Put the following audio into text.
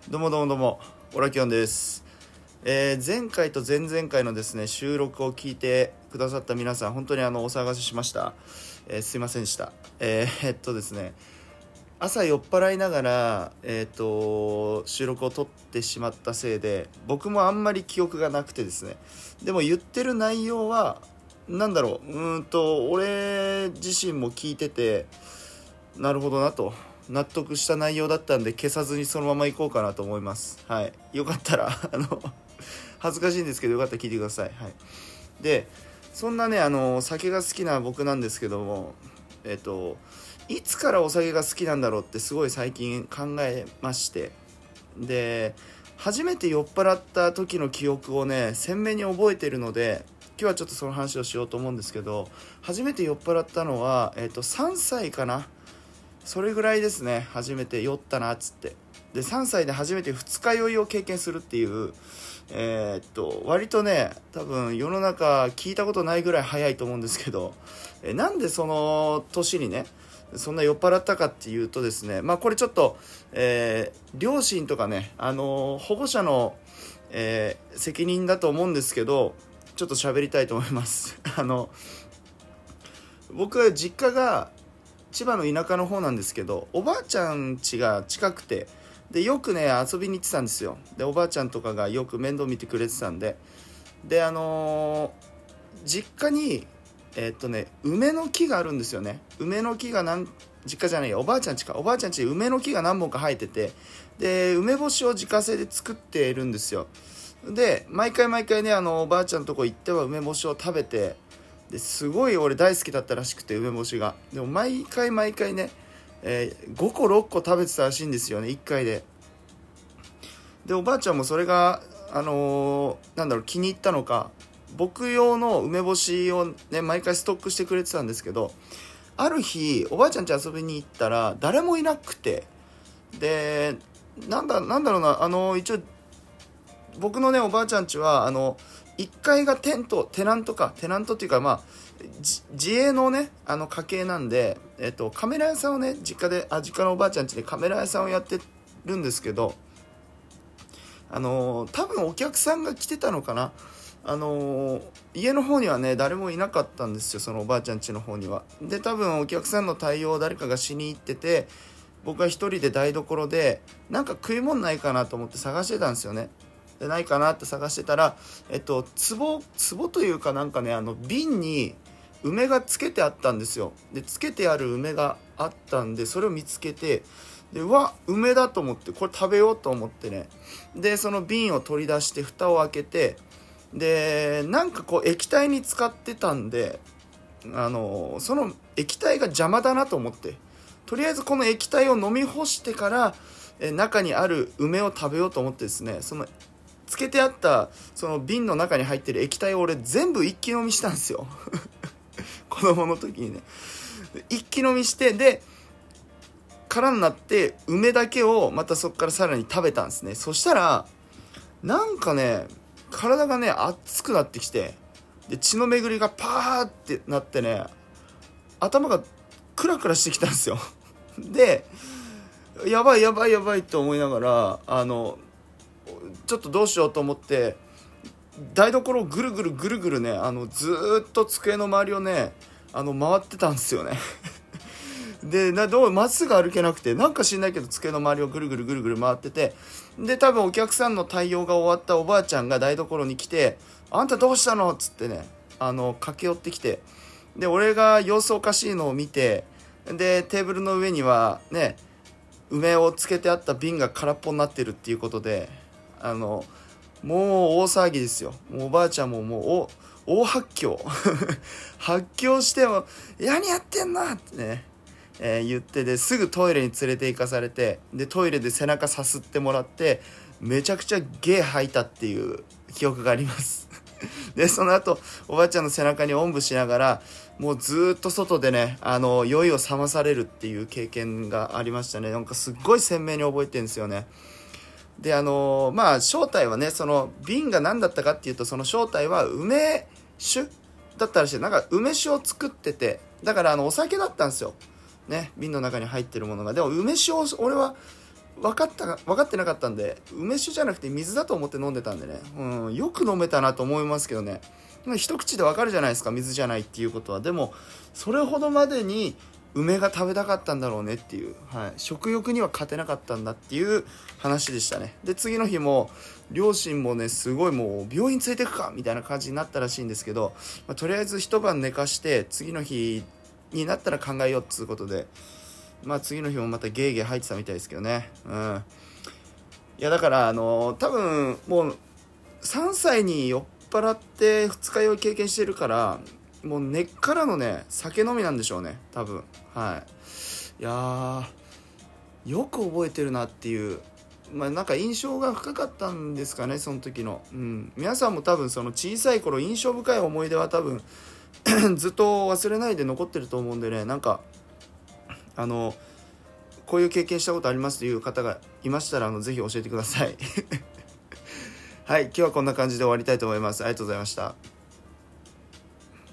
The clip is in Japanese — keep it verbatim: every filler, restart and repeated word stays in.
どうもどうもどうも、オラキオンです。えー、前回と前々回のですね収録を聞いてくださった皆さん、本当にあのお騒がせしました。えー、すいませんでした。えー、えっとですね朝酔っ払いながら、えー、と収録を撮ってしまったせいで、僕もあんまり記憶がなくてですね、でも言ってる内容はなんだろう、うーんと俺自身も聞いてて、なるほどなと納得した内容だったんで、消さずにそのまま行こうかなと思います。はい、よかったらあの恥ずかしいんですけど、よかったら聞いてください。はい、でそんなねあの酒が好きな僕なんですけども、えっといつからお酒が好きなんだろうってすごい最近考えまして、で初めて酔っ払った時の記憶をね鮮明に覚えているので、今日はちょっとその話をしようと思うんですけど、初めて酔っ払ったのは、えっとさんさいかな、それぐらいですね。初めて酔ったなっつって、でさんさいで初めて二日酔いを経験するっていう、えー、っと割とね多分世の中聞いたことないぐらい早いと思うんですけど、えなんでその年にねそんな酔っ払ったかっていうとですね、まあこれちょっと、えー、両親とかね、あのー、保護者の、えー、責任だと思うんですけど、ちょっと喋りたいと思いますあの僕は実家が千葉の田舎の方なんですけど、おばあちゃん家が近くて、でよくね遊びに行ってたんですよ。でおばあちゃんとかがよく面倒見てくれてたんで、であのー、実家にえー、っとね梅の木があるんですよね。梅の木がなん実家じゃないや、おばあちゃん家か、おばあちゃん家梅の木が何本か生えてて、で梅干しを自家製で作っているんですよ。で毎回毎回ねあのおばあちゃんのとこ行っては梅干しを食べて、ですごい俺大好きだったらしくて、梅干しが。でも毎回毎回ね、えー、ごころっこ食べてたらしいんですよね、いっかいで。でおばあちゃんもそれがあのー、なんだろう気に入ったのか、僕用の梅干しをね毎回ストックしてくれてたんですけど、ある日おばあちゃん家遊びに行ったら誰もいなくて、でなんだなんだろうな、あのー、一応僕のねおばあちゃん家はあのいっかいがテントテナントかテナントっていうか、まあ自営のねあの家系なんで、えっとカメラ屋さんをね実家であ実家のおばあちゃん家でカメラ屋さんをやってるんですけど、あのー、多分お客さんが来てたのかな。あのー、家の方にはね誰もいなかったんですよ、そのおばあちゃん家の方には。で多分お客さんの対応を誰かがしに行ってて、僕は一人で台所でなんか食い物ないかなと思って探してたんですよね。でないかなって探してたら、えっと壺壺というかなんかね、あの瓶に梅がつけてあったんですよ。でつけてある梅があったんで、それを見つけて、でうわ梅だと思って、これ食べようと思ってね、でその瓶を取り出して蓋を開けて、でなんかこう液体に使ってたんで、あのその液体が邪魔だなと思って、とりあえずこの液体を飲み干してからえ中にある梅を食べようと思ってですね、そのつけてあったその瓶の中に入ってる液体を俺全部一気飲みしたんですよ子供の時にね一気飲みして、で空になって梅だけをまたそこからさらに食べたんですね。そしたらなんかね体がね熱くなってきて、で血の巡りがパーってなってね、頭がクラクラしてきたんですよでやばいやばいやばいと思いながら、あのちょっとどうしようと思って台所をぐるぐるぐるぐるね、あのずーっと机の周りをねあの回ってたんですよねでなどうまっすぐ歩けなくて、なんか知んないけど机の周りをぐるぐるぐるぐる回ってて、で多分お客さんの対応が終わったおばあちゃんが台所に来て、あんたどうしたのっつってね、あの駆け寄ってきて、で俺が様子おかしいのを見て、でテーブルの上にはね梅をつけてあった瓶が空っぽになってるっていうことで、あのもう大騒ぎですよ。もうおばあちゃんももう大発狂発狂しても何やってんなってね、えー、言って、ですぐトイレに連れて行かされて、でトイレで背中さすってもらってめちゃくちゃゲー吐いたっていう記憶がありますでその後おばあちゃんの背中におんぶしながらもうずっと外でねあの酔いを覚まされるっていう経験がありましたね。なんかすっごい鮮明に覚えてるんですよね。であのー、まあ正体はね、その瓶が何だったかっていうと、その正体は梅酒だったらしい。なんか梅酒を作ってて、だからあのお酒だったんですよね、瓶の中に入ってるものが。でも梅酒を俺は分かった分かってなかったんで、梅酒じゃなくて水だと思って飲んでたんでね、うん、よく飲めたなと思いますけどね。一口で分かるじゃないですか、水じゃないっていうことは。でもそれほどまでに梅が食べたかったんだろうねっていう、はい、食欲には勝てなかったんだっていう話でしたね。で次の日も両親もねすごいもう病院連れてくかみたいな感じになったらしいんですけど、まあ、とりあえず一晩寝かして次の日になったら考えようっつうことで、まあ次の日もまたゲーゲー入ってたみたいですけどね。うん。いやだからあのー、多分もうさんさいに酔っ払って二日酔い経験してるから、もう根っからのね酒飲みなんでしょうね多分。はい。いやーよく覚えてるなっていう、まあなんか印象が深かったんですかねその時の。うん。皆さんも多分その小さい頃印象深い思い出は多分ずっと忘れないで残ってると思うんでね、なんかあのこういう経験したことありますという方がいましたら、あのぜひ教えてくださいはい、今日はこんな感じで終わりたいと思います。ありがとうございました。